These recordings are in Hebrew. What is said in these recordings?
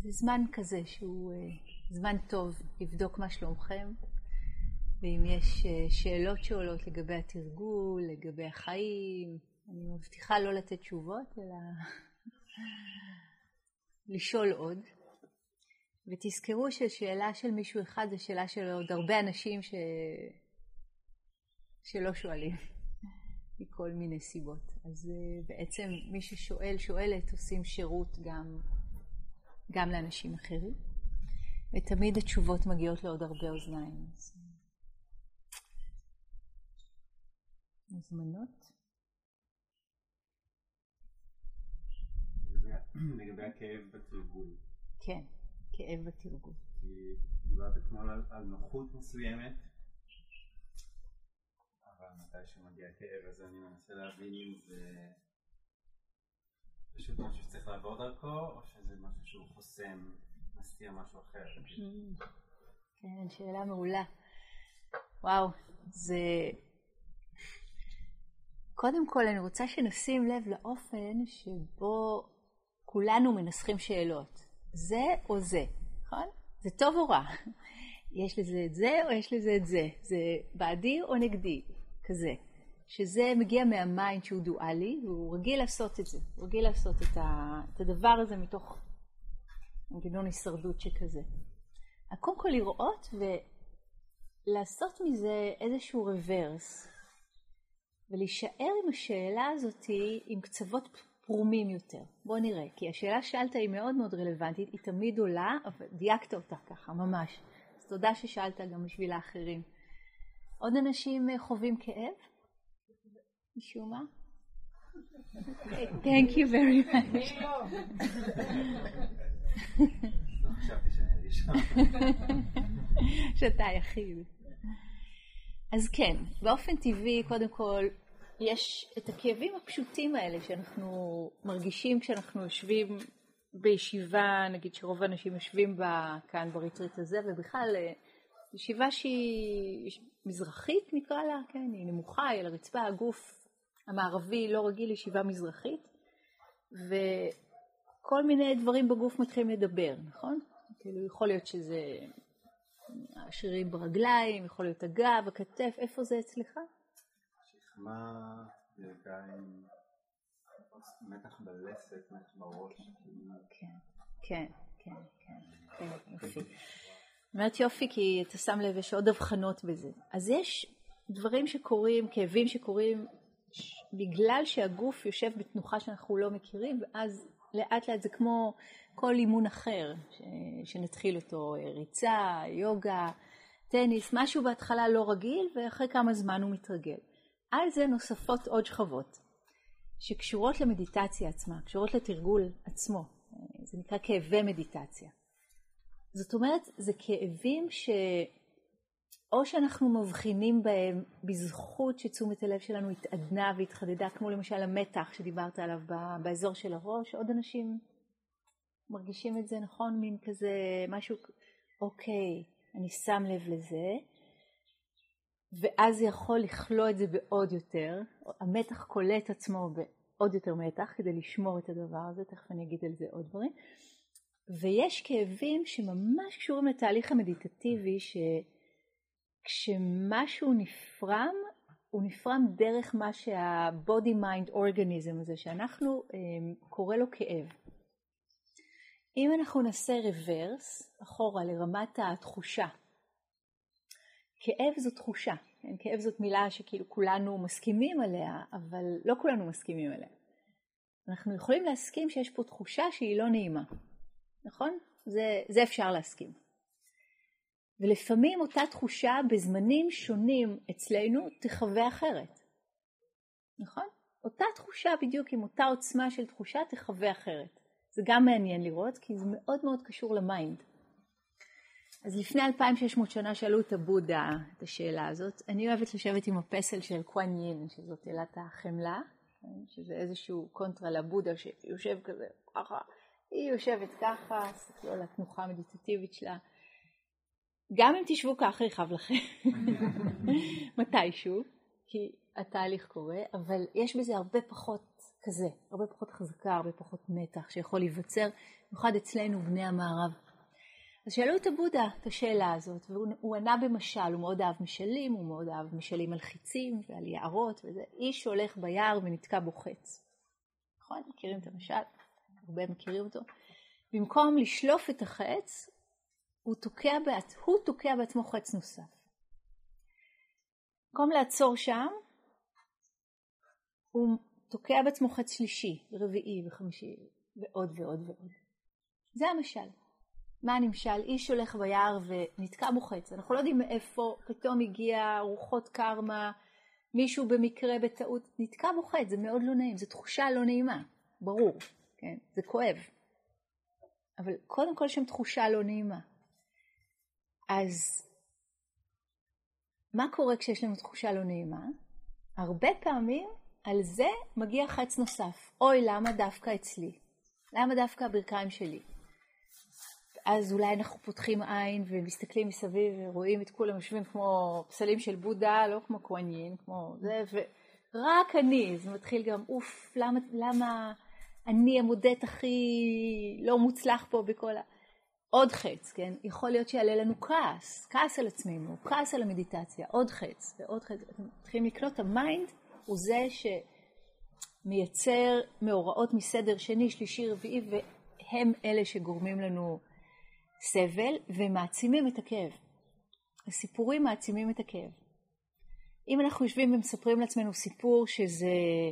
זה זמן כזה שהוא זמן טוב לבדוק מה שלומכם, ואם יש שאלות שעולות לגבי התרגול, לגבי החיים, אני מבטיחה לא לתת תשובות, אלא לשאול עוד. ותזכרו ששאלה של מישהו אחד זה שאלה של עוד הרבה אנשים שלא שואלים, מכל מיני סיבות. אז בעצם מי ששואל, שואלת, עושים שירות גם לאנשים אחרים. ותמיד התשובות מגיעות לעוד הרבה אוזניים. מוזמנות. לגבי הכאב בתרגול. כן, כאב בתרגול. כי דיברת אתמול על נוחות מסוימת, אבל מתי שמגיע כאב, אז אני מנסה להבין אם זה פשוט משהו שצריך לעבור דרכו, או שזה משהו שהוא חוסם, מסתיר משהו אחר. כן, שאלה מעולה. וואו, זה... קודם כל אני רוצה שנשים לב לאופן שבו כולנו מנסחים שאלות. זה או זה, נכון? זה טוב או רע? יש לזה את זה או יש לזה את זה? זה בעדי או נגדי? כזה. שזה מגיע מהמיינד שהוא דואלי, והוא רגיל לעשות את זה. הוא רגיל לעשות את הדבר הזה מתוך מנגנון הישרדות שכזה. קודם כל לראות ולעשות מזה איזשהו רוורס. ולהישאר עם השאלה הזאת עם קצוות פרומים יותר. בוא נראה, כי השאלה שאלת היא מאוד מאוד רלוונטית, היא תמיד עולה, אבל דייקת אותה ככה, ממש. אז תודה ששאלת גם בשביל האחרים. עוד אנשים חווים כאב? משום מה? Thank you very much. לא חשבתי שאני ראשון. שאתה יחיד. אז כן, באופן טבעי, קודם כל, יש את הכאבים הפשוטים האלה שאנחנו מרגישים כשאנחנו יושבים בישיבה, נגיד שרוב האנשים יושבים כאן בריטריט הזה, ובכלל ישיבה שהיא מזרחית נקרא לה, כן, היא נמוכה, היא על הרצפה, הגוף המערבי לא רגיל לישיבה מזרחית, וכל מיני דברים בגוף מתחילים לדבר, נכון? כאילו יכול להיות שזה השרירים ברגליים, יכול להיות הגב, הכתף, איפה זה אצלך? שכמה, ידיים, מתח בלסת, מתח בראש. כן, יופי. אומרת יופי כי אתה שם לב יש עוד הבחנות בזה. אז יש דברים שקורים, כאבים שקורים בגלל שהגוף יושב בתנוחה שאנחנו לא מכירים, ואז לאט לאט זה כמו כל אימון אחר שנתחיל אותו, ריצה, יוגה, טניס, משהו בהתחלה לא רגיל ואחרי כמה זמן הוא מתרגל. על זה נוספות עוד שכבות שקשורות למדיטציה עצמה, קשורות לתרגול עצמו. זה נקרא כאבי מדיטציה. זאת אומרת, זה כאבים או שאנחנו מבחינים בהם בזכות שתשומת הלב שלנו התעדנה והתחדדה, כמו למשל המתח שדיברת עליו באזור של הראש. עוד אנשים מרגישים את זה, נכון? מין כזה משהו, אוקיי, אני שם לב לזה, ואז זה יכול לכלוא את זה בעוד יותר. המתח קולט עצמו בעוד יותר מתח כדי לשמור את הדבר הזה, תכף אני אגיד על זה עוד דברים. ויש כאבים שממש קשורים לתהליך המדיטטיבי, שכשמשהו נפרם, הוא נפרם דרך מה שה-body mind organism הזה, שאנחנו קורא לו כאב. אם אנחנו נעשה רוורס, אחורה לרמת התחושה, כאב זו תחושה, כן? כאב זאת מילה שכאילו כולנו מסכימים עליה, אבל לא כולנו מסכימים עליה. אנחנו יכולים להסכים שיש פה תחושה שהיא לא נעימה, נכון? זה אפשר להסכים. ולפעמים אותה תחושה בזמנים שונים אצלנו תחווה אחרת. נכון? אותה תחושה בדיוק עם אותה עוצמה של תחושה תחווה אחרת. זה גם מעניין לראות כי זה מאוד מאוד קשור למיינד. אז לפני 2600 שנה שאלו את הבודה את השאלה הזאת. אני אוהבת לשבת עם הפסל של קואן יין, שזאת אלת החמלה, שזה איזשהו קונטרה לבודה שיושב כזה ככה. היא יושבת ככה, סתכלו על התנוחה המדיטטיבית שלה. גם אם תשבו ככה יכאב לכם, מתישהו, כי התהליך קורה, אבל יש בזה הרבה פחות כזה, הרבה פחות חזקה, הרבה פחות מתח שיכול להיווצר, במיוחד אצלנו בני המערב. אז שאלו את הבודה את השאלה הזאת, והוא ענה במשל, הוא מאוד אהב משלים, הוא מאוד אהב משלים על חיצים ועל יערות וזה. איש שהולך ביער ונתקע בו חץ. נכון? מכירים את המשל? הרבה מכירים אותו. במקום לשלוף את החץ, הוא תוקע בעצמו חץ נוסף. במקום לעצור שם, הוא תוקע בעצמו חץ שלישי, רביעי וחמישי, ועוד ועוד ועוד. זה המשל. מה הנמשל? איש הולך ביער ונתקע בו חץ. אנחנו לא יודעים מאיפה פתאום הגיע רוחות קרמה, מישהו במקרה בטעות נתקע בו חץ. זה מאוד לא נעים, זו תחושה לא נעימה, ברור, כן? זה כואב. אבל קודם כל שם תחושה לא נעימה. אז מה קורה כשיש לנו תחושה לא נעימה? הרבה פעמים על זה מגיע חץ נוסף. אוי, למה דווקא אצלי? למה דווקא הברכיים שלי? אז אולי אנחנו פותחים עין ומסתכלים מסביב ורואים את כולם יושבים כמו פסלים של בודה, לא כמו קואניין, כמו זה, ורק אני, זה מתחיל גם, אוף, למה אני המודד הכי לא מוצלח פה בכל עוד חץ, כן? יכול להיות שיעלה לנו כעס על עצמנו, כעס על המדיטציה, עוד חץ ועוד חץ. אתם מתחילים לקלוט, המיינד הוא זה שמייצר מאורעות מסדר שני, שלישי, רביעי, והם אלה שגורמים לנו סבל ומעצימים את הכאב. הסיפורים מעצימים את הכאב. אם אנחנו יושבים ומספרים לעצמנו סיפור שזה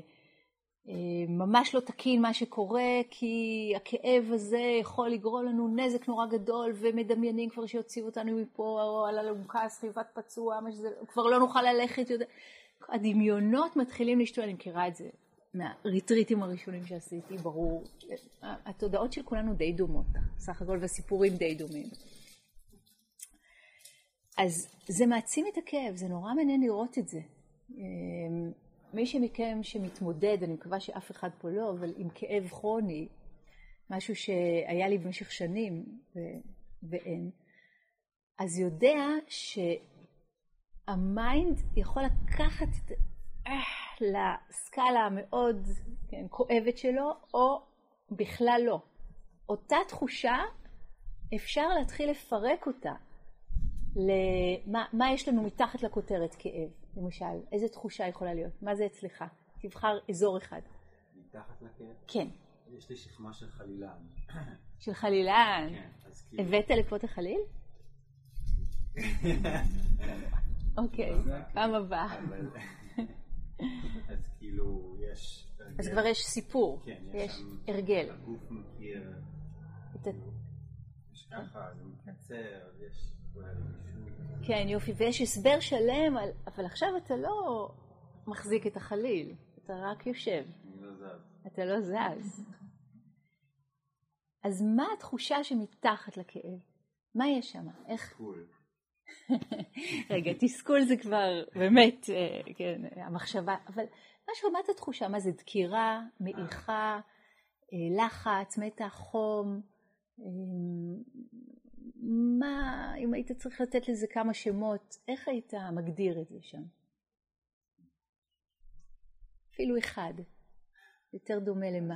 ממש לא תקין מה שקורה, כי הכאב הזה יכול לגרום לנו נזק נורא גדול, ומדמיינים כבר שיוציאו אותנו מפה, או על אלונקה, סחיבת פצוע, כבר לא נוכל ללכת. הדמיונות מתחילים להשתולל, אני מכירה את זה מהריטריטים הראשונים שעשיתי, ברור. התודעות של כולנו די דומות, סך הכל, והסיפורים די דומים. אז זה מעצים את הכאב, זה נורא מעניין לראות את זה. מי שמכם שמתמודד, אני מקווה שאף אחד פה לא, אבל עם כאב כרוני, משהו שהיה לי במשך שנים ואין, אז יודע שהמיינד יכול לקחת לסקאלה המאוד כואבת שלו, או בכלל לא. אותה תחושה אפשר להתחיל לפרק אותה. מה יש לנו מתחת לכותרת כאב, למשל? איזה תחושה יכולה להיות? מה זה אצלך? תבחר אזור אחד. מתחת לכאב? כן. יש לי שכמה של חלילן. של חלילן? כן, אז כאילו... הבאת לפה את החליל? אוקיי, פעם הבאה. אז כאילו יש... אז כבר יש סיפור, יש הרגל. הגוף מכיר... יש ככה, זה מקצר, יש... כן, יופי, ויש הסבר שלם, אבל עכשיו אתה לא מחזיק את החליל, אתה רק יושב. אני לא זז. אתה לא זז. אז מה התחושה שמתחת לכאב? מה יש שם? איך? תסכול. רגע, תסכול זה כבר באמת, כן, המחשבה, אבל מה את התחושה? מה זה דקירה, מעיכה, לחץ, מתח, חום? מה, אם היית צריך לתת לזה כמה שמות, איך היית מגדיר את זה שם? אפילו אחד, יותר דומה למה?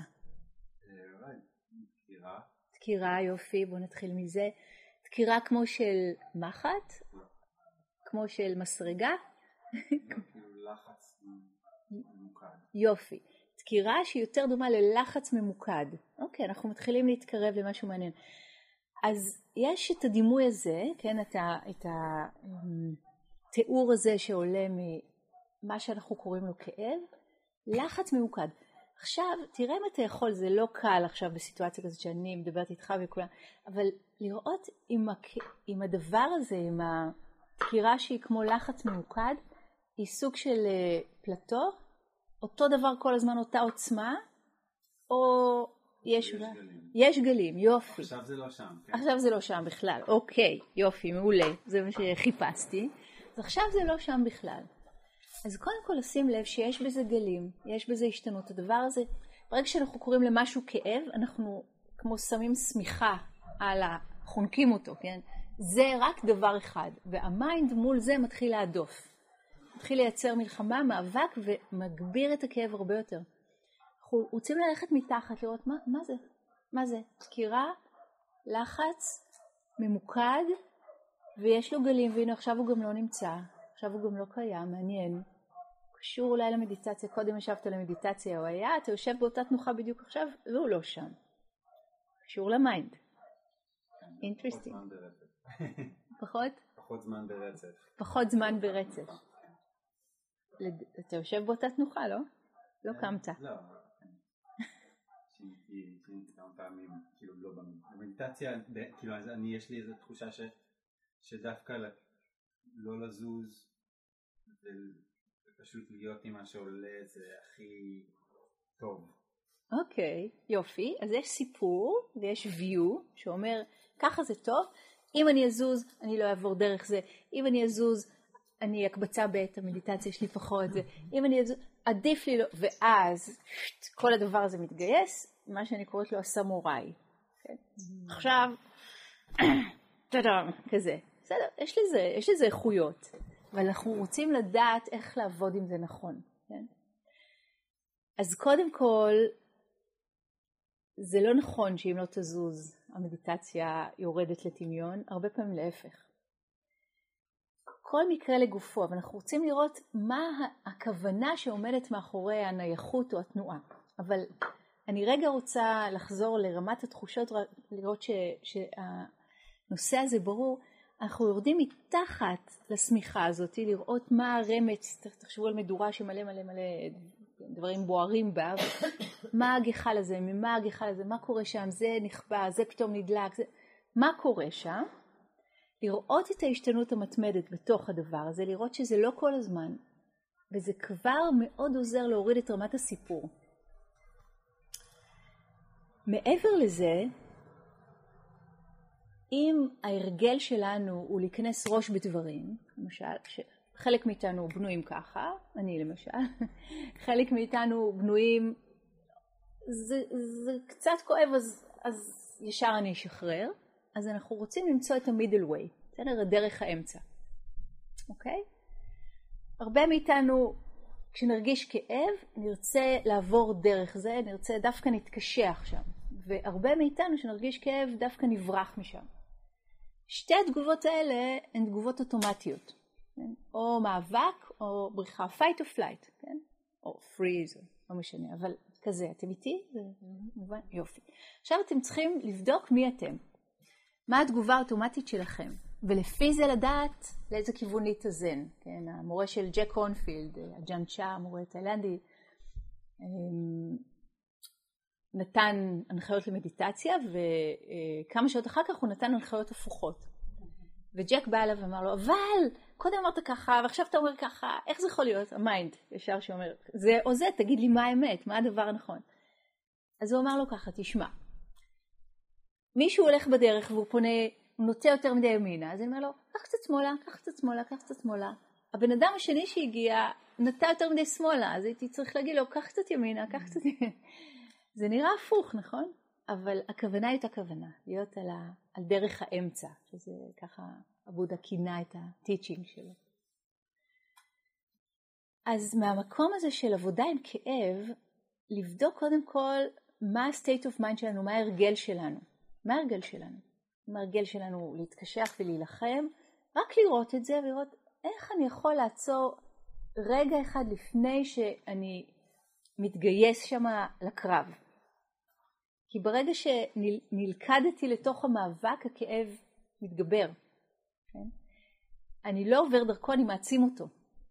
דקירה. דקירה, יופי, בוא נתחיל מזה. דקירה כמו של מחט? כמו של מסרגה? כאילו לחץ ממוקד. יופי. דקירה שהיא יותר דומה ללחץ ממוקד. אוקיי, אנחנו מתחילים להתקרב למשהו מעניין. אז יש את הדימוי הזה, כן, את התיאור הזה שעולה ממה שאנחנו קוראים לו כאב, לחץ ממוקד. עכשיו, תראה אם אתה יכול, זה לא קל עכשיו בסיטואציה כזאת שאני מדברת איתך וכולם, אבל לראות עם הדבר הזה, עם הדקירה שהיא כמו לחץ ממוקד, היא סוג של פלטו, אותו דבר כל הזמן, אותה עוצמה, או... יש גלים, יופי. עכשיו זה לא שם. כן? עכשיו זה לא שם בכלל, אוקיי, יופי, מעולה, זה מה שחיפשתי. אז עכשיו זה לא שם בכלל. אז קודם כל לשים לב שיש בזה גלים, יש בזה השתנות. הדבר הזה, ברגע שאנחנו קוראים למשהו כאב, אנחנו כמו שמים סמיכה חונקים אותו, כן? זה רק דבר אחד, והמיינד מול זה מתחיל להדוף. מתחיל לייצר מלחמה, מאבק, ומגביר את הכאב הרבה יותר. אנחנו רוצים ללכת מתחת, לראות מה זה? מה זה? דקירה, לחץ, ממוקד, ויש לו גלים, והנה עכשיו הוא גם לא נמצא, עכשיו הוא גם לא קיים, מעניין. קשור אולי למדיטציה, קודם ישבת למדיטציה, הוא היה, אתה יושב באותה תנוחה בדיוק עכשיו, והוא לא שם. קשור למיינד. אינטרסטינג. פחות? פחות זמן ברצף. פחות זמן ברצף. אתה יושב באותה תנוחה, לא? לא קמת. לא. שהייתי כמה פעמים, כאילו לא במדיטציה, כאילו יש לי איזו תחושה שדווקא לא לזוז ופשוט להיות עם מה שעולה זה הכי טוב. אוקיי, יופי. אז יש סיפור ויש view שאומר ככה זה טוב, אם אני אזוז אני לא אעבור דרך זה, אם אני אזוז אני אקבצה בעת המדיטציה שלי פחות זה, אם אני אזוז עדיף לי לא, ואז כל הדבר הזה מתגייס, מה שאני קוראת לו הסמוראי. כן? עכשיו, טאדם, כזה. בסדר, יש לזה איכויות, אבל אנחנו רוצים לדעת איך לעבוד עם זה נכון. כן? אז קודם כל, זה לא נכון שאם לא תזוז, המדיטציה יורדת לטמיון, הרבה פעמים להפך. כל מקרה לגופו, אבל אנחנו רוצים לראות מה הכוונה שעומדת מאחורי הנייחות או התנועה. אבל אני רגע רוצה לחזור לרמת התחושות, לראות שהנושא הזה ברור. אנחנו יורדים מתחת לשמיכה הזאת, לראות מה הרמץ, תחשבו על מדורה שמלא מלא מלא דברים בוערים בה, מה הגחל הזה, ממה הגחל הזה, מה קורה שם, זה נכבה, זה פתאום נדלק, מה קורה שם? לראות את ההשתנות המתמדת בתוך הדבר הזה, לראות שזה לא כל הזמן, וזה כבר מאוד עוזר להוריד את רמת הסיפור. מעבר לזה, אם ההרגל שלנו הוא להיכנס ראש בדברים, למשל, חלק מאיתנו בנויים ככה, אני למשל, חלק מאיתנו בנויים, זה קצת כואב, אז ישר אני אשחרר, אז אנחנו רוצים למצוא את המידל ווי, בסדר? הדרך האמצע. אוקיי? הרבה מאיתנו, כשנרגיש כאב, נרצה לעבור דרך זה, נרצה דווקא נתקשח שם. והרבה מאיתנו שנרגיש כאב, דווקא נברח משם. שתי התגובות האלה הן תגובות אוטומטיות. כן? או מאבק, או בריחה, fight or flight, כן? או freeze, לא משנה, אבל כזה, אתם איתי? זה מובן? יופי. עכשיו אתם צריכים לבדוק מי אתם. מה התגובה האוטומטית שלכם? ולפי זה לדעת לאיזה כיוון להתאזן. כן? המורה של ג'ק הונפילד, הג'אן צ'ה, המורה התאילנדי, נתן הנחיות למדיטציה, וכמה שעות אחר כך הוא נתן הנחיות הפוכות. וג'ק בא אליו ואמר לו, אבל קודם אמרת ככה, ועכשיו אתה אומר ככה, איך זה יכול להיות? המיינד ישר שאומר, זה או זה, תגיד לי מה האמת, מה הדבר הנכון. אז הוא אמר לו ככה, תשמע, מישהו הולך בדרך והוא פונה, הוא נוטה יותר מדי ימינה, אז אני אומר לו, קח קצת שמאלה, קח קצת שמאלה, קח קצת שמאלה. הבן אדם השני שהגיע נטה יותר מדי שמאלה, אז הייתי צריך להגיד לו, קח קצת ימינה, קח קצת ימינה. זה נראה הפוך, נכון? אבל הכוונה היא את הכוונה, להיות על דרך האמצע, שזה ככה הבודה כינה את הטיצ'ינג שלו. אז מהמקום הזה של עבודה עם כאב, לבדוק קודם כל מה ה-state of mind שלנו, מה ההרגל שלנו. מה ההרגל שלנו? מה ההרגל שלנו להתקשח ולהילחם? רק לראות את זה ולראות איך אני יכול לעצור רגע אחד לפני שאני מתגייס שמה לקרב. כי ברגע שנלכדתי לתוך המאבק, הכאב מתגבר. כן? אני לא עובר דרכו, אני מעצים אותו.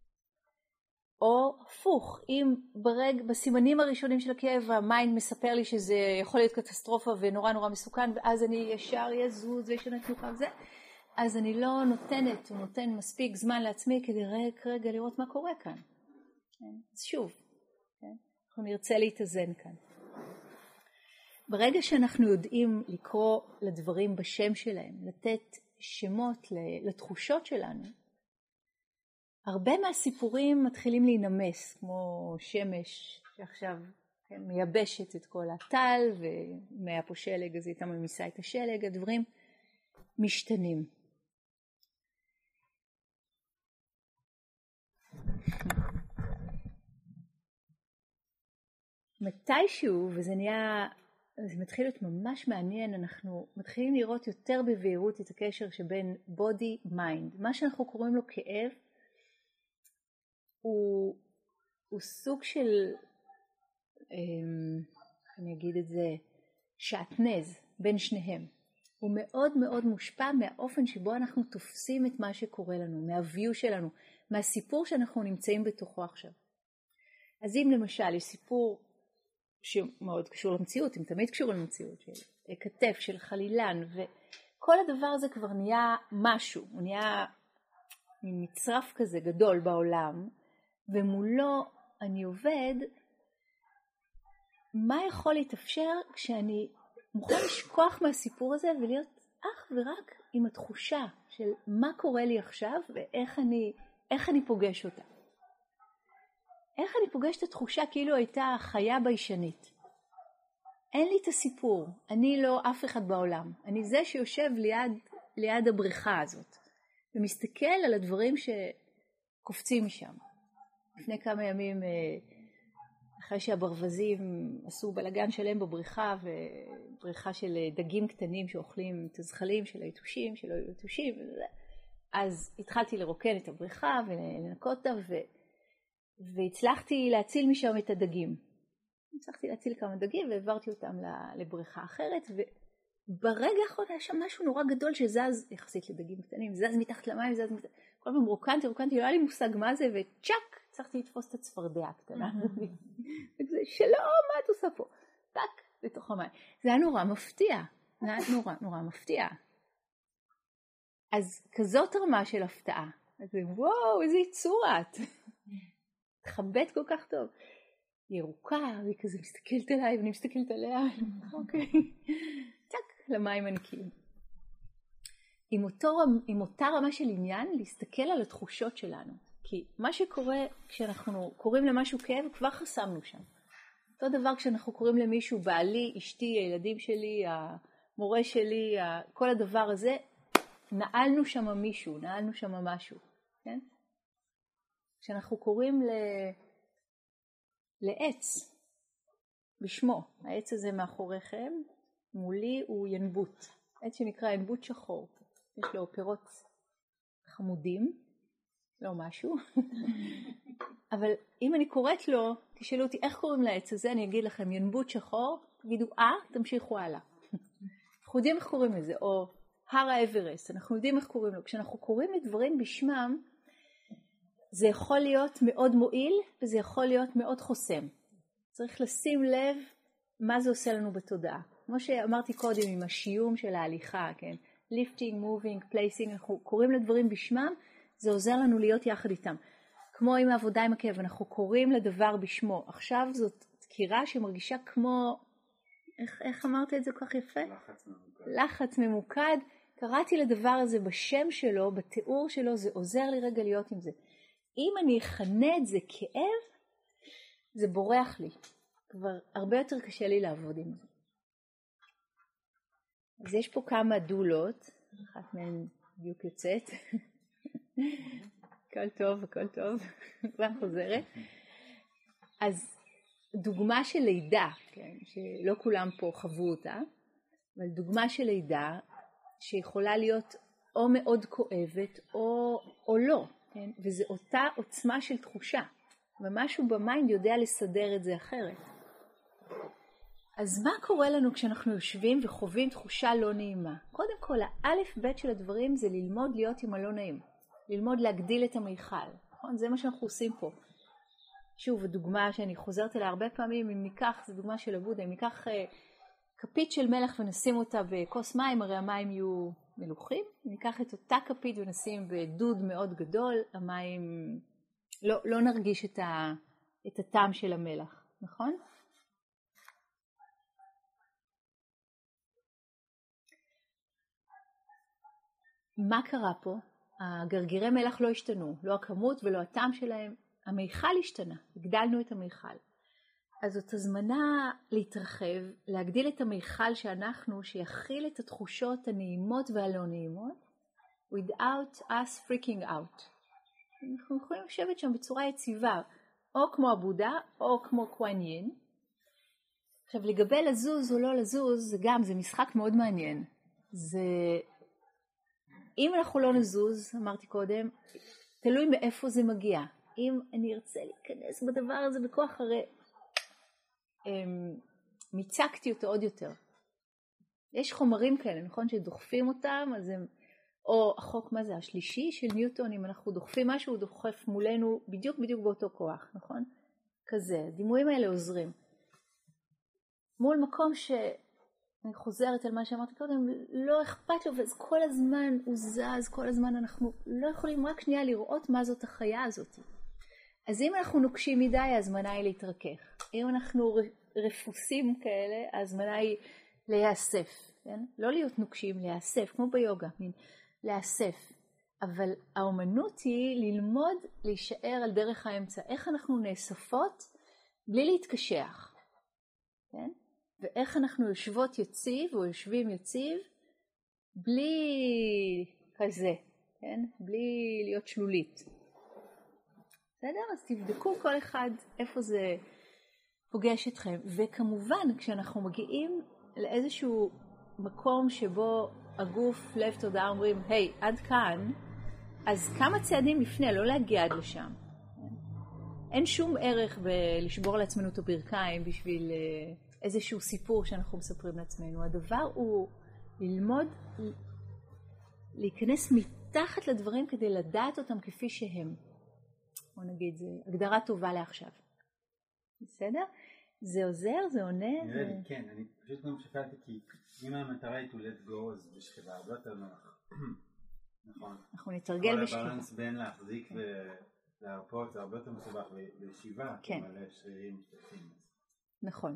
או הפוך, אם בסימנים הראשונים של הכאב, המיינד מספר לי שזה יכול להיות קטסטרופה ונורא נורא מסוכן, ואז אני ישר יזוז וישנה תנוחה וזה, אז אני לא נותנת או נותן מספיק זמן לעצמי כדי רגע לראות מה קורה כאן. כן? אז שוב, כן? אנחנו נרצה להתאזן כאן. ברגע שאנחנו יודעים לקרוא לדברים בשם שלהם, לתת שמות לתחושות שלנו, הרבה מהסיפורים מתחילים להינמס, כמו שמש שעכשיו כן, מייבשת את כל הטל, ומהיה פה שלג אז היא הייתה ממיסה את השלג, הדברים משתנים. מתישהו, וזה נהיה, זה מתחיל להיות ממש מעניין, אנחנו מתחילים לראות יותר בבהירות את הקשר שבין body mind. מה שאנחנו קוראים לו כאב, הוא סוג של, אני אגיד את זה, שעטנז בין שניהם. הוא מאוד מאוד מושפע מהאופן שבו אנחנו תופסים את מה שקורה לנו, מהוויו שלנו, מהסיפור שאנחנו נמצאים בתוכו עכשיו. אז אם למשל יש סיפור שמאוד קשור למציאות, אם תמיד קשור למציאות, של כתף, של חלילן, וכל הדבר הזה כבר נהיה משהו, הוא נהיה מצרף כזה גדול בעולם, ומולו אני עובד, מה יכול להתאפשר כשאני מוכן לשכוח מהסיפור הזה ולהיות אך ורק עם התחושה של מה קורה לי עכשיו ואיך אני פוגש אותה. איך אני פוגש את התחושה כאילו הייתה חיה ביישנית. אין לי את הסיפור, אני לא אף אחד בעולם. אני זה שיושב ליד הבריכה הזאת ומסתכל על הדברים שקופצים משם. לפני כמה ימים, אחרי שהברווזים עשו בלגן שלם בבריכה, ובריכה של דגים קטנים שאוכלים את הזחלים של היתושים, שלא היו יתושים, אז התחלתי לרוקן את הבריכה ולנקות אותה, והצלחתי להציל משם את הדגים. הצלחתי להציל כמה דגים והעברתי אותם לבריכה אחרת, וברגע האחרון היה שם משהו נורא גדול שזז יחסית לדגים קטנים, זז מתחת למים, זז מתחת, כל פעם רוקנתי, לא היה לי מושג מה זה, וצ'ק, הצלחתי לתפוס את הצפרדע הקטנה. וכזה, שלום, מה את עושה פה? טק, לתוך המים. זה היה נורא מפתיע, נורא מפתיע. אז כזאת רמה של הפתעה. אז וואו, איזה יצור את. תחבט כל כך טוב. היא ירוקה, והיא כזה מסתכלת עליי, ואני מסתכלת עליה. אוקיי. טק, למים הנקיים. עם אותה רמה של עניין, להסתכל על התחושות שלנו. כי מה שקורה כשאנחנו קוראים למשהו כאב, כבר חסמנו שם. אותו דבר כשאנחנו קוראים למישהו, בעלי, אשתי, הילדים שלי, המורה שלי, כל הדבר הזה, נעלנו שם מישהו, נעלנו שם משהו. כן? כשאנחנו קוראים לעץ בשמו, העץ הזה מאחוריכם, מולי הוא ינבוט. עץ שנקרא ינבוט שחור. יש לו פירות חמודים. לא משהו, אבל אם אני קוראת לו, תשאלו אותי איך קוראים לעץ הזה, אני אגיד לכם ינבוט שחור, תגידו תמשיכו הלאה. אנחנו יודעים איך קוראים לזה, או הר האברסט, אנחנו יודעים איך קוראים לו. כשאנחנו קוראים לדברים בשמם, זה יכול להיות מאוד מועיל, וזה יכול להיות מאוד חוסם. צריך לשים לב מה זה עושה לנו בתודעה. כמו שאמרתי קודם עם השיום של ההליכה, כן? lifting, moving, placing, אנחנו קוראים לדברים בשמם, זה עוזר לנו להיות יחד איתם. כמו עם העבודה עם הכאב, אנחנו קוראים לדבר בשמו. עכשיו זאת דקירה שמרגישה כמו, איך אמרת את זה כל כך יפה? לחץ ממוקד. קראתי לדבר הזה בשם שלו, בתיאור שלו, זה עוזר לי רגע להיות עם זה. אם אני אכנה את זה כאב, זה בורח לי. כבר הרבה יותר קשה לי לעבוד עם זה. אז יש פה כמה דולות, אחת מהן בדיוק יוצאת. הכל טוב, הכל טוב, כבר חוזרת. אז דוגמה של לידה, כן, שלא כולם פה חוו אותה, אבל דוגמה של לידה שיכולה להיות או מאוד כואבת או לא, כן? וזה אותה עוצמה של תחושה, ומשהו במיינד יודע לסדר את זה אחרת. אז מה קורה לנו כשאנחנו יושבים וחווים תחושה לא נעימה? קודם כל, האלף בית של הדברים זה ללמוד להיות עם הלא נעים. ללמוד להגדיל את המיכל. נכון? זה מה שאנחנו עושים פה. שוב, הדוגמה שאני חוזרת אליה הרבה פעמים, אם ניקח, זו דוגמה של הבודה, אם ניקח כפית של מלח ונשים אותה בכוס מים, הרי המים יהיו מלוחים. אם ניקח את אותה כפית ונשים בדוד מאוד גדול, המים לא נרגיש את הטעם של המלח. נכון? מה קרה פה? הגרגירי מלח לא השתנו, לא הכמות ולא הטעם שלהם, המיכל השתנה, הגדלנו את המיכל. אז זאת הזמנה להתרחב, להגדיל את המיכל שאנחנו, שיכיל את התחושות הנעימות והלא נעימות, without us freaking out. אנחנו יכולים לשבת שם בצורה יציבה, או כמו הבודה, או כמו קוואן יין, עכשיו לגבי לזוז או לא לזוז, זה משחק מאוד מעניין. אם אנחנו לא נזוז, אמרתי קודם, תלוי מאיפה זה מגיע. אם אני ארצה להיכנס בדבר הזה בכוח, הרי מיצקתי אותו עוד יותר. יש חומרים כאלה, נכון? שדוחפים אותם, אז הם, או החוק, מה זה? השלישי של ניוטון, אם אנחנו דוחפים משהו, הוא דוחף מולנו בדיוק באותו כוח, נכון? כזה, הדימויים האלה עוזרים. מול מקום אני חוזרת על מה שאמרתי קודם, לא אכפת לו, ואז כל הזמן הוא זז, כל הזמן אנחנו לא יכולים רק שנייה לראות מה זאת החיה הזאת. אז אם אנחנו נוקשים מדי, ההזמנה היא להתרכך. אם אנחנו רפוסים כאלה, ההזמנה היא להיאסף. כן? לא להיות נוקשים, להיאסף, כמו ביוגה, להיאסף. אבל האומנות היא ללמוד להישאר על דרך האמצע. איך אנחנו נאספות בלי להתקשח. כן? ואיך אנחנו יושבות יציב או יושבים יציב בלי כזה, כן? בלי להיות שלולית. בסדר? אז תבדקו כל אחד איפה זה פוגש אתכם. וכמובן כשאנחנו מגיעים לאיזשהו מקום שבו הגוף, לב, תודעה אומרים, היי, עד כאן, אז כמה צעדים לפני, לא להגיע עד לשם. אין שום ערך בלשבור לעצמנו את הברכיים בשביל איזשהו סיפור שאנחנו מספרים לעצמנו. הדבר הוא ללמוד, להיכנס מתחת לדברים כדי לדעת אותם כפי שהם. בוא נגיד, זו הגדרה טובה לעכשיו. בסדר? זה עוזר? זה עונה? כן, אני פשוט גם שפלתי כי אם המטרה היא to let go, אז בשכיבה הרבה יותר נוח. נכון. אנחנו נתרגל בשכיבה. כל הבלנס בין להחזיק ולהרפות זה הרבה יותר מסובך בישיבה. כן. מלא שרירים משתתפים. נכון.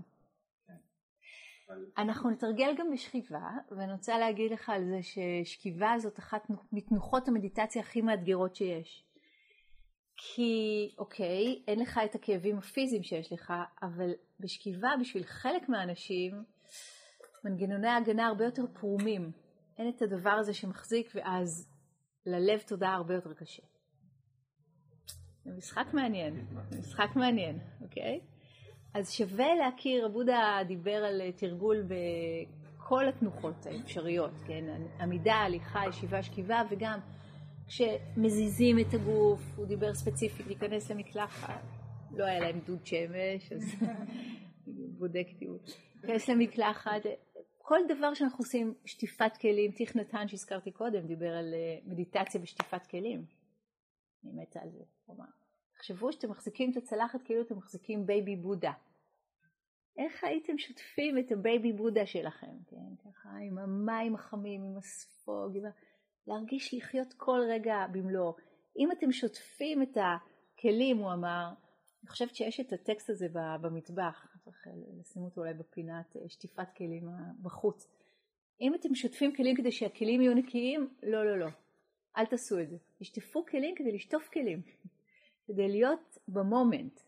אנחנו נתרגל גם בשכיבה, ואני רוצה להגיד לך על זה ששכיבה זאת אחת מתנוחות המדיטציה הכי מאתגרות שיש. כי, אוקיי, אין לך את הכאבים הפיזיים שיש לך, אבל בשכיבה, בשביל חלק מהאנשים, מנגנוני ההגנה הרבה יותר פרומים. אין את הדבר הזה שמחזיק, ואז ללב תודעה הרבה יותר קשה. זה משחק מעניין, אוקיי? אז שווה להכיר, הבודה דיבר על תרגול בכל התנוחות האפשריות, כן? עמידה, הליכה, ישיבה, שכיבה, וגם כשמזיזים את הגוף, הוא דיבר ספציפית להיכנס למקלחת, לא היה להם דוד שמש, אז בודקתי, להיכנס למקלחת, כל דבר שאנחנו עושים, שטיפת כלים, תיך נתן שהזכרתי קודם, דיבר על מדיטציה בשטיפת כלים, אני מתה על זה, תחשבו שאתם מחזיקים את הצלחת כאילו אתם מחזיקים בייבי בודה. איך הייתם שוטפים את הבייבי בודה שלכם? כן? ככה, עם המים החמים, עם הספוג, להרגיש לחיות כל רגע במלואו. אם אתם שוטפים את הכלים, הוא אמר, אני חושבת שיש את הטקסט הזה במטבח, צריך לשים אותו אולי בפינת שטיפת כלים בחוץ. אם אתם שוטפים כלים כדי שהכלים יהיו נקיים, לא. אל תעשו את זה. תשטפו כלים כדי לשטוף כלים. כדי להיות במומנט.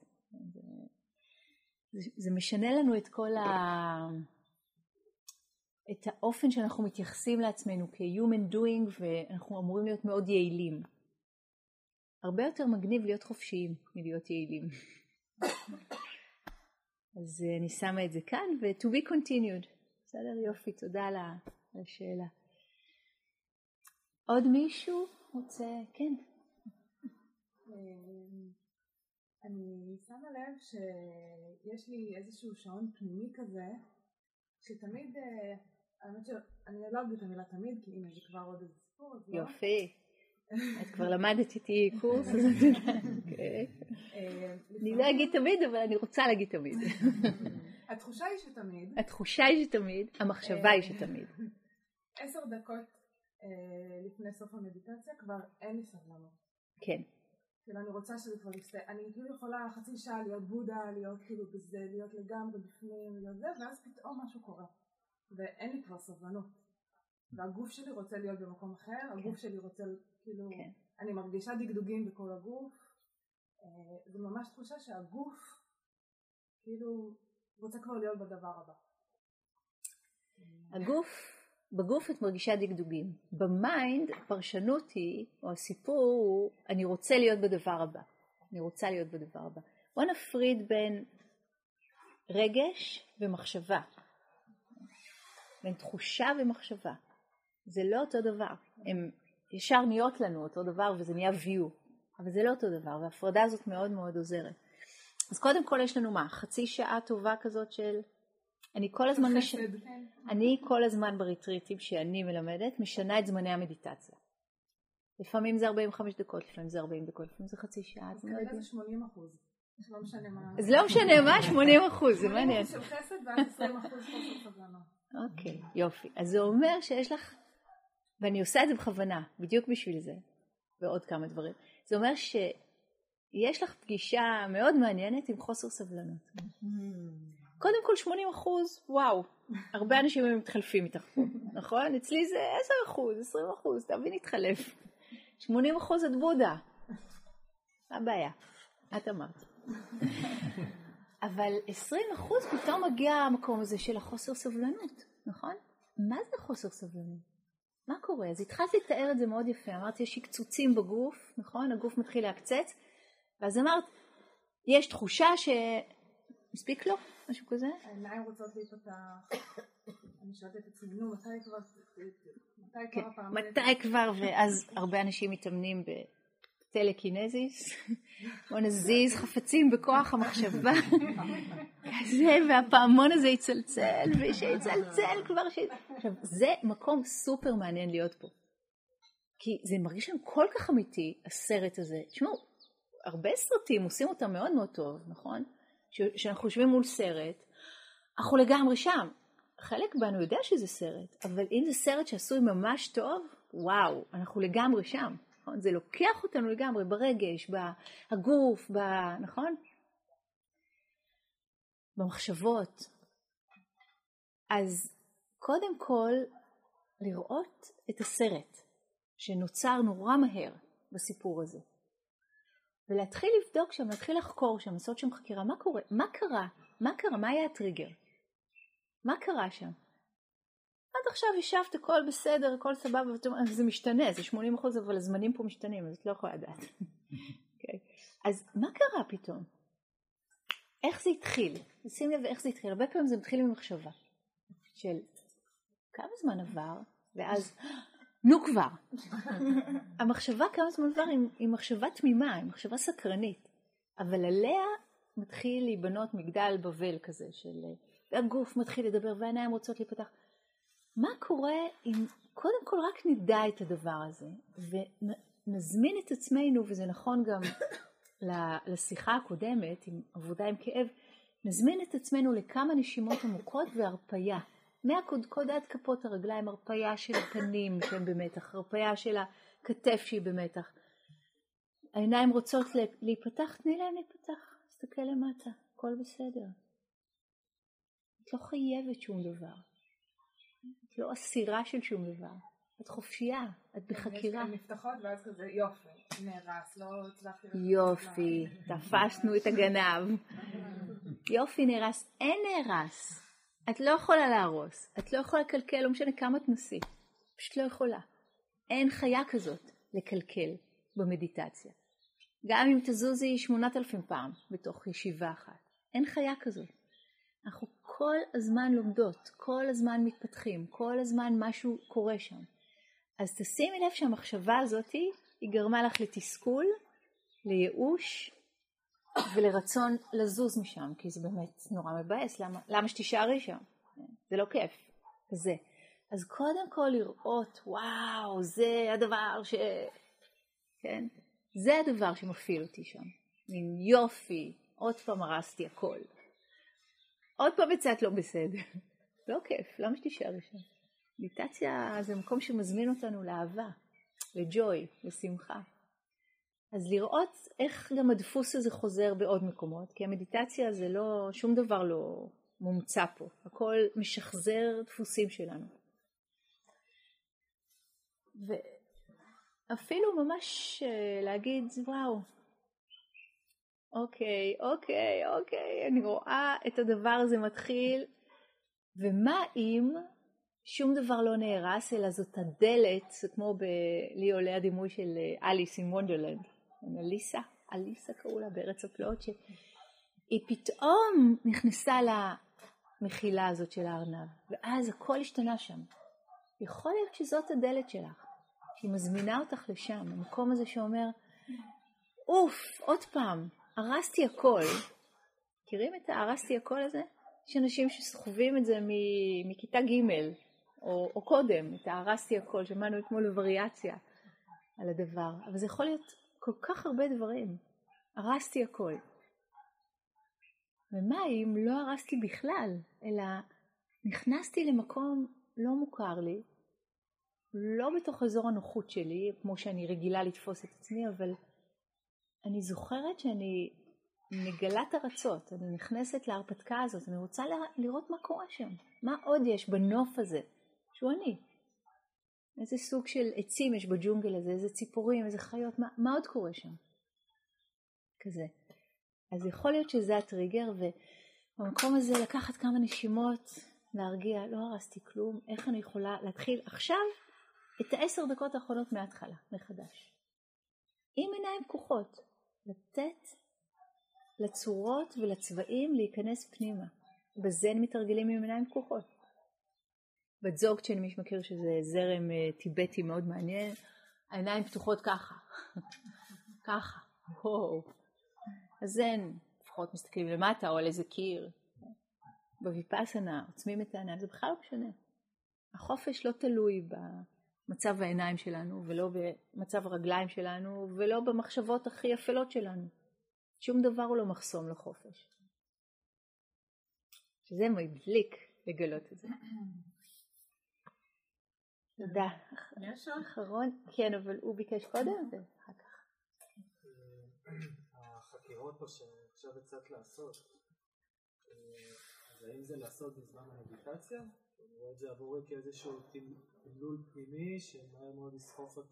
זה משנה לנו את כל את האופן שאנחנו מתייחסים לעצמנו כ-human doing, ואנחנו אמורים להיות מאוד יעילים. הרבה יותר מגניב להיות חופשיים מלהיות יעילים. אז אני שמה את זה כאן, ו-to be continued. בסדר, יופי, תודה על השאלה. עוד מישהו רוצה? כן. אני שמה לב שיש לי איזשהו שעון פנימי כזה, שתמיד, האמת שאני לא אגיד את המילה תמיד, כי הנה זה כבר עוד איזה סיפור. יופי, את כבר למדת איתי קורס, אז את יודעת. אני לא אגיד תמיד, אבל אני רוצה להגיד תמיד. התחושה היא שתמיד. המחשבה היא שתמיד. 10 דקות לפני סוף המדיטציה כבר אין לי סבלנות. כן. כאילו אני רוצה שזה כבר יסתיים, אני כאילו יכולה חצי שעה להיות בודה, להיות כאילו בזה, להיות לגמרי בפנים, להיות זה, ואז פתאום משהו קורה. ואין לי כבר סבלנות. והגוף שלי רוצה להיות במקום אחר, הגוף שלי רוצה, כאילו, אני מרגישה דגדוגים בכל הגוף. זו ממש תחושה שהגוף, כאילו, רוצה כבר להיות בדבר הבא. בגוף את מרגישה דגדוגים. במיינד, הפרשנות היא, או הסיפור הוא, אני רוצה להיות בדבר הבא. בוא נפריד בין רגש ומחשבה. בין תחושה ומחשבה. זה לא אותו דבר. הם ישר נהיות לנו אותו דבר וזה נהיה view. אבל זה לא אותו דבר, וההפרדה הזאת מאוד מאוד עוזרת. אז קודם כל יש לנו מה? חצי שעה טובה כזאת של... אני כל הזמן בריטריטים שאני מלמדת, משנה את זמני המדיטציה. לפעמים זה 45 דקות, לפעמים זה 40 דקות, לפעמים זה חצי שעה. אז כרגע זה 80%. לא משנה מה. אז לא משנה מה, 80%, זה מעניין. 80% של חסד ואז 20% חוסר סבלנות. אוקיי, יופי. אז זה אומר שיש לך, ואני עושה את זה בכוונה, בדיוק בשביל זה, ועוד כמה דברים. זה אומר שיש לך פגישה מאוד מעניינת עם חוסר סבלנות. קודם כל 80%, וואו, הרבה אנשים הם מתחלפים איתך פה, נכון? אצלי זה 10%, 20%, תבין להתחלף. 80% את בודה. מה הבעיה? את אמרת. אבל 20% פתאום מגיע המקום הזה של החוסר סבלנות, נכון? מה זה חוסר סבלנות? מה קורה? אז התחלתי לתאר את זה מאוד יפה. אמרתי, יש קצוצים בגוף, נכון? הגוף מתחיל להקצץ. ואז אמרת, יש תחושה שמספיק לו, משהו כזה? העיניים רוצות להיפתח. אני שואלת את עצמי, נו, מתי כבר? ואז הרבה אנשים מתאמנים בטלקינזיס. בוא נזיז חפצים בכוח המחשבה. כזה, והפעמון הזה יצלצל, ושיצלצל כבר. עכשיו, זה מקום סופר מעניין להיות פה. כי זה מרגיש לנו כל כך אמיתי, הסרט הזה. תשמעו, הרבה סרטים עושים אותם מאוד מאוד טוב, נכון? שאנחנו חושבים מול סרט, אנחנו לגמרי שם. חלק בנו יודע שזה סרט, אבל אם זה סרט שעשוי ממש טוב, וואו, אנחנו לגמרי שם. נכון? זה לוקח אותנו לגמרי ברגש, בגוף, נכון? במחשבות. אז קודם כל לראות את הסרט שנוצר נורא מהר בסיפור הזה. ולהתחיל לבדוק שם, להתחיל לחקור שם, לעשות שם חקירה, מה קורה? מה קרה? מה קרה? מה היה הטריגר? מה קרה שם? עד עכשיו ישבת, הכל בסדר, הכל סבבה, זה משתנה, זה 80%, אבל הזמנים פה משתנים, אז את לא יכולה לדעת. Okay. אז מה קרה פתאום? איך זה התחיל? שים לב איך זה התחיל. הרבה פעמים זה מתחיל ממחשבה של כמה זמן עבר, ואז נו כבר. המחשבה כמה זמן עבר היא מחשבה תמימה, היא מחשבה סקרנית, אבל עליה מתחיל להיבנות מגדל בבל כזה, והגוף מתחיל לדבר והעיניים רוצות להיפתח. מה קורה אם קודם כל רק נדע את הדבר הזה, ונזמין את עצמנו, וזה נכון גם לשיחה הקודמת עם עבודה עם כאב, נזמין את עצמנו לכמה נשימות עמוקות והרפיה. מהקודקוד עד כפות הרגליים, הרפיה של הפנים שהן במתח, הרפיה של הכתף שהיא במתח. העיניים רוצות להיפתח, תני להם להיפתח, תסתכל למטה, הכל בסדר. את לא חייבת שום דבר. את לא אסירה של שום דבר. את חופשייה, את בחקירה. הן נפתחות ואז כזה יופי, נהרס, לא הצלחתי... יופי, תפסנו את הגנב. יופי, נהרס, אין נהרס. את לא יכולה להרוס, את לא יכולה לקלקל, לא משנה כמה תנסי. פשוט לא יכולה. אין חיה כזאת לקלקל במדיטציה. גם אם תזוזי 8,000 פעם בתוך ישיבה אחת. אין חיה כזאת. אנחנו כל הזמן לומדות, כל הזמן מתפתחים, כל הזמן משהו קורה שם. אז תשימי לב שהמחשבה הזאת היא גרמה לך לתסכול, לייאוש ולרצון לזוז משם, כי זה באמת נורא מבאס, למה שתישארי שם? זה לא כיף, זה. אז קודם כל לראות, וואו, זה הדבר כן? זה הדבר שמפעיל אותי שם. מין יופי, עוד פעם הרסתי הכל. עוד פעם יצאת לא בסדר. לא כיף, למה שתישארי שם? מדיטציה זה מקום שמזמין אותנו לאהבה, לג'וי, לשמחה. אז לראות איך גם הדפוס הזה חוזר בעוד מקומות, כי המדיטציה זה לא, שום דבר לא מומצא פה. הכל משחזר דפוסים שלנו. ואפילו ממש להגיד, וואו, אוקיי, אני רואה את הדבר הזה מתחיל, ומה אם שום דבר לא נהרס, אלא זאת הדלת, זה כמו לי עולה הדימוי של אליס in Wonderland, אליסה קראו לה בארץ הפלאות, שהיא היא פתאום נכנסה למחילה הזאת של הארנב, ואז הכל השתנה שם. יכול להיות שזאת הדלת שלך, שהיא מזמינה אותך לשם, המקום הזה שאומר, אוף, עוד פעם, הרסתי הכל. מכירים את הרסתי הכל הזה? יש אנשים שסוחבים את זה מכיתה ג' או קודם, את הרסתי הכל, שמענו אתמול בווריאציה על הדבר, אבל זה יכול להיות כל כך הרבה דברים. הרסתי הכל. ומה אם לא הרסתי בכלל, אלא נכנסתי למקום לא מוכר לי, לא בתוך אזור הנוחות שלי, כמו שאני רגילה לתפוס את עצמי, אבל אני זוכרת שאני מגלת ארצות, אני נכנסת להרפתקה הזאת, אני רוצה לראות מה קורה שם, מה עוד יש בנוף הזה, שהוא אני. איזה סוג של עצים יש בג'ונגל הזה, איזה ציפורים, איזה חיות, מה עוד קורה שם? כזה. אז יכול להיות שזה הטריגר, ובמקום הזה לקחת כמה נשימות, להרגיע, לא הרסתי כלום, איך אני יכולה להתחיל עכשיו את 10 דקות האחרונות מההתחלה, מחדש. עם עיניים פקוחות, לתת לצורות ולצבעים להיכנס פנימה. בזן מתרגלים עם עיניים פקוחות. בדזוגצ'ן, מי שמכיר שזה זרם טיבטי מאוד מעניין, העיניים פתוחות ככה. ככה. וואו. הזן, לפחות מסתכלים למטה או על איזה קיר. בוויפאסנה, עוצמים את העיניים, זה בכלל לא משנה. החופש לא תלוי במצב העיניים שלנו, ולא במצב הרגליים שלנו, ולא במחשבות הכי אפלות שלנו. שום דבר הוא לא מחסום לחופש. שזה מבליק לגלות את זה. תודה. אחרון, כן, אבל הוא ביקש קודם ואחר כך. החקירות פה שעכשיו הצעת לעשות, אז האם זה לעשות בזמן המדיטציה? אני רואה את זה עבורי כאיזשהו תמלול פנימי שמהר מאוד יסחוף אותי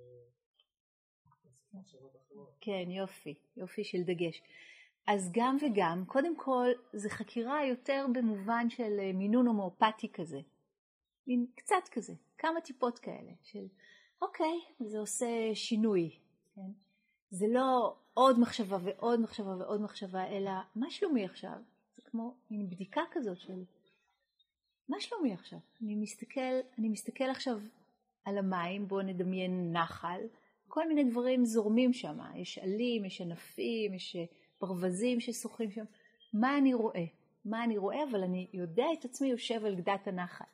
למחשבות אחרות. כן, יופי, יופי של דגש. אז גם וגם, קודם כל, זה חקירה יותר במובן של מינון הומאופתי כזה. מין קצת כזה, כמה טיפות כאלה של, אוקיי, זה עושה שינוי. כן? זה לא עוד מחשבה ועוד מחשבה ועוד מחשבה, אלא מה שלומי עכשיו? זה כמו מין בדיקה כזאת של, מה שלומי עכשיו? אני מסתכל עכשיו על המים, בואו נדמיין נחל, כל מיני דברים זורמים שם, יש עלים, יש ענפים, יש ברווזים ששוחים שם. מה אני רואה? מה אני רואה, אבל אני יודע את עצמי יושב על גדת הנחל.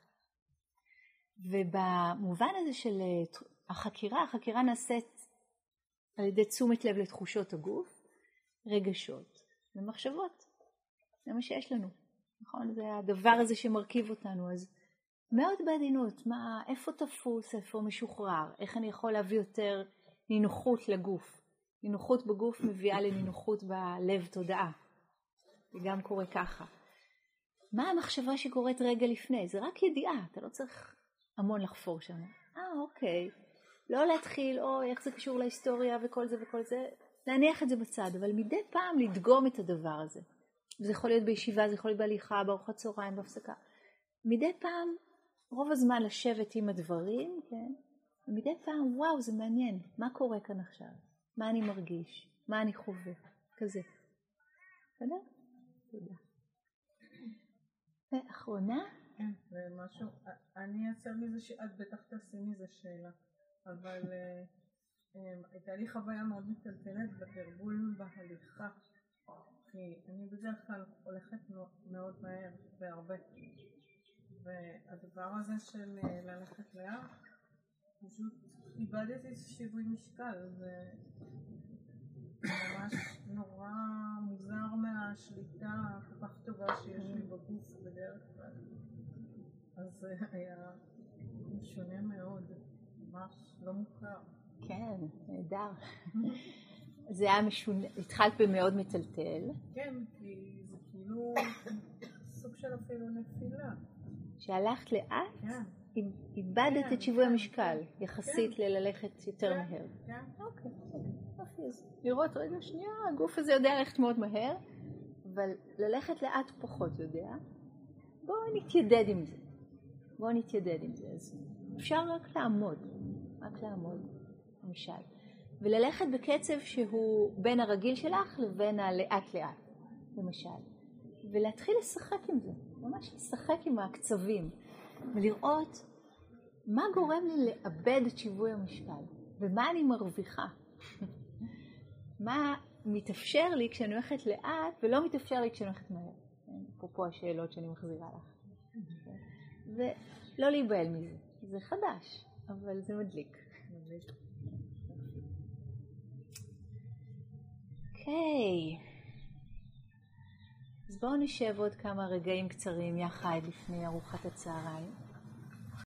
ובמובן הזה של החקירה נעשית על ידי תשומת לב לתחושות הגוף, רגשות ומחשבות. זה מה שיש לנו, נכון? זה הדבר הזה שמרכיב אותנו. אז מאוד בעדינות, איפה תפוס, איפה משוחרר, איך אני יכול להביא יותר נינוחות לגוף. נינוחות בגוף מביאה לנינוחות בלב תודעה. זה גם קורה ככה. מה המחשבה שקורית רגע לפני? זה רק ידיעה, אתה לא צריך המון לחפור שם. אוקיי. לא להתחיל, איך זה קשור להיסטוריה וכל זה וכל זה, להניח את זה בצד, אבל מדי פעם לדגום את הדבר הזה. זה יכול להיות בישיבה, זה יכול להיות בהליכה, בארוחת צהריים, בהפסקה. מדי פעם, רוב הזמן לשבת עם הדברים, כן? ומדי פעם, וואו, זה מעניין, מה קורה כאן עכשיו? מה אני מרגיש? מה אני חווה? כזה. תודה? תודה. ואחרונה? כן, ומשהו, אני אעשה מזה שאת בטח תעשי מזה שאלה, אבל הייתה לי חוויה מאוד מטלטלת בתרגול בהליכה, כי אני בדרך כלל הולכת מאוד מהר והרבה, והדבר הזה של ללכת לאט, פשוט איבדתי שיווי משקל, זה ממש נורא מוזר מהשליטה כל כך טובה שיש לי בגוף בדרך כלל. אז זה היה שונה מאוד, ממש לא מוכר. כן, נהדר. זה היה משונה, התחלת במאוד מטלטל. כן, כי זה כאילו סוג של אפילו נפילה. שהלכת לאט, כן. איבדת את שיווי המשקל, יחסית ללכת יותר מהר. כן. אוקיי, אז לראות רגע שנייה, הגוף הזה יודע ללכת מאוד מהר, אבל ללכת לאט פחות יודע. בואו נתיידד עם זה. אז אפשר רק לעמוד, למשל. וללכת בקצב שהוא בין הרגיל שלך לבין הלאט לאט. למשל, ולהתחיל לשחק עם זה, ממש לשחק עם הקצבים, ולראות מה גורם לי לאבד את שיווי המשקל, ומה אני מרוויחה. מה מתאפשר לי כשאני הולכת לאט, ולא מתאפשר לי כשאני הולכת מהר. אפרופו השאלות שאני מחזירה לך. ולא להיבהל מזה. זה חדש, אבל זה מדליק. אוקיי. אז בואו נשב עוד כמה רגעים קצרים יחד לפני ארוחת הצהריים.